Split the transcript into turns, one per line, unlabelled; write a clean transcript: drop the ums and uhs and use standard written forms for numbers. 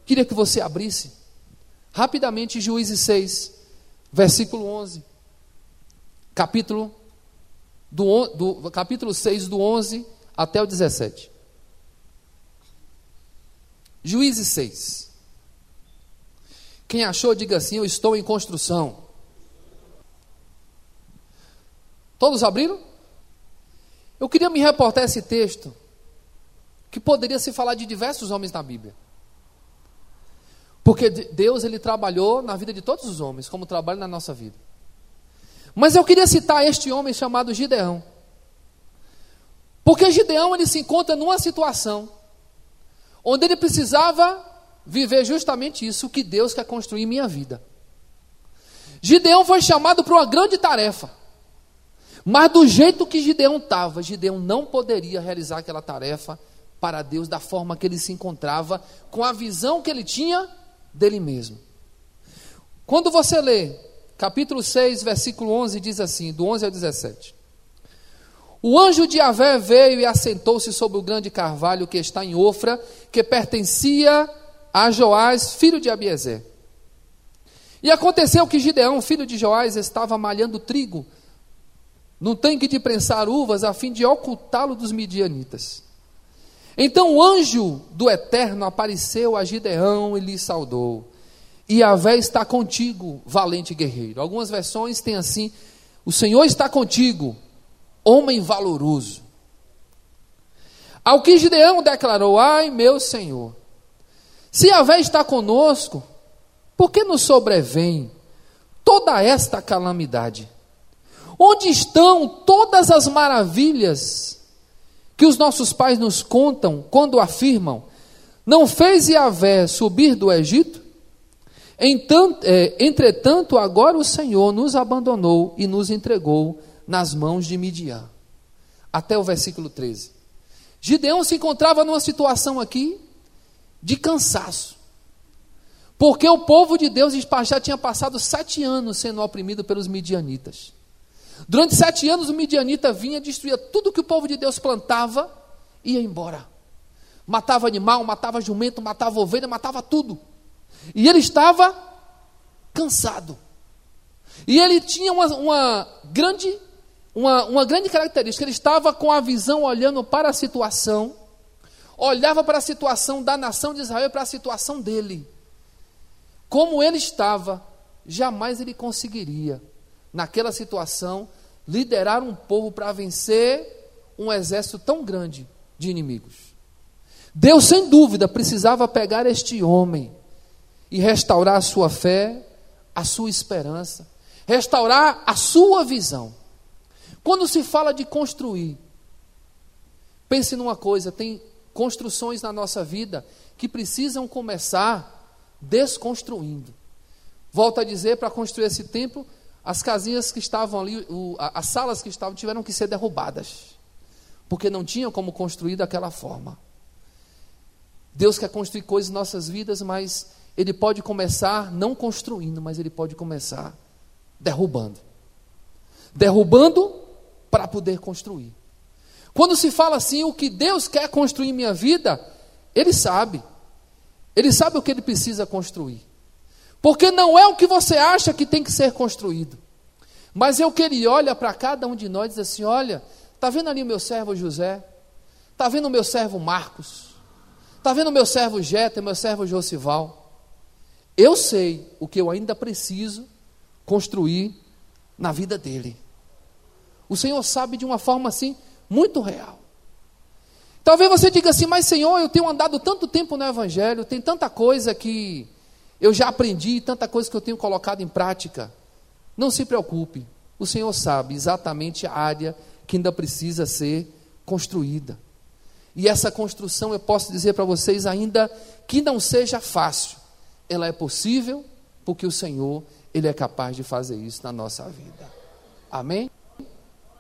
Queria que você abrisse rapidamente Juízes 6, versículo 11. Capítulo 6, do 11 até o 17. Juízes 6. Quem achou, diga assim: eu estou em construção. Todos abriram? Eu queria me reportar a esse texto, que poderia se falar de diversos homens na Bíblia. Porque Deus, Ele trabalhou na vida de todos os homens, como trabalha na nossa vida. Mas eu queria citar este homem chamado Gideão. Porque Gideão, ele se encontra numa situação onde ele precisava viver justamente isso que Deus quer construir em minha vida. Gideão foi chamado para uma grande tarefa. Mas do jeito que Gideão estava, Gideão não poderia realizar aquela tarefa para Deus da forma que ele se encontrava, com a visão que ele tinha dele mesmo. Quando você lê capítulo 6, versículo 11, diz assim, do 11 ao 17. O anjo de Yahvé veio e assentou-se sobre o grande carvalho que está em Ofra, que pertencia a Joás, filho de Abiezer. E aconteceu que Gideão, filho de Joás, estava malhando trigo num tanque de prensar uvas, a fim de ocultá-lo dos midianitas. Então o anjo do Eterno apareceu a Gideão e lhe saudou: Yahvé está contigo, valente guerreiro. Algumas versões têm assim: o Senhor está contigo, homem valoroso. Ao que Gideão declarou: ai meu Senhor, se Yahvé está conosco, por que nos sobrevém toda esta calamidade? Onde estão todas as maravilhas que os nossos pais nos contam quando afirmam: não fez Yahvé subir do Egito? Entretanto, agora o Senhor nos abandonou e nos entregou nas mãos de Midian. Até o versículo 13. Gideão se encontrava numa situação aqui de cansaço, porque o povo de Deus já tinha passado 7 anos sendo oprimido pelos midianitas. Durante 7 anos o midianita vinha, destruía tudo que o povo de Deus plantava e ia embora. Matava animal, matava jumento, matava ovelha, matava tudo. E ele estava cansado. E ele tinha uma grande característica. Ele estava com a visão olhando para a situação, olhava para a situação da nação de Israel e para a situação dele. Como ele estava, jamais ele conseguiria, naquela situação, liderar um povo para vencer um exército tão grande de inimigos. Deus, sem dúvida, precisava pegar este homem e restaurar a sua fé, a sua esperança, restaurar a sua visão. Quando se fala de construir, pense numa coisa: tem construções na nossa vida que precisam começar desconstruindo. Volto a dizer, para construir esse templo, as casinhas que estavam ali, as salas que estavam, tiveram que ser derrubadas, porque não tinham como construir daquela forma. Deus quer construir coisas em nossas vidas, mas Ele pode começar não construindo, mas Ele pode começar derrubando. Derrubando para poder construir. Quando se fala assim, o que Deus quer construir em minha vida, Ele sabe. Ele sabe o que Ele precisa construir. Porque não é o que você acha que tem que ser construído. Mas é o que Ele olha para cada um de nós e diz assim: olha, está vendo ali o meu servo José? Está vendo o meu servo Marcos? Está vendo o meu servo Jeta, meu servo Josival? Eu sei o que eu ainda preciso construir na vida dele. O Senhor sabe de uma forma assim, muito real. Talvez você diga assim: mas Senhor, eu tenho andado tanto tempo no Evangelho, tem tanta coisa que eu já aprendi, tanta coisa que eu tenho colocado em prática. Não se preocupe, o Senhor sabe exatamente a área que ainda precisa ser construída. E essa construção, eu posso dizer para vocês, ainda que não seja fácil, ela é possível, porque o Senhor, Ele é capaz de fazer isso na nossa vida. Amém?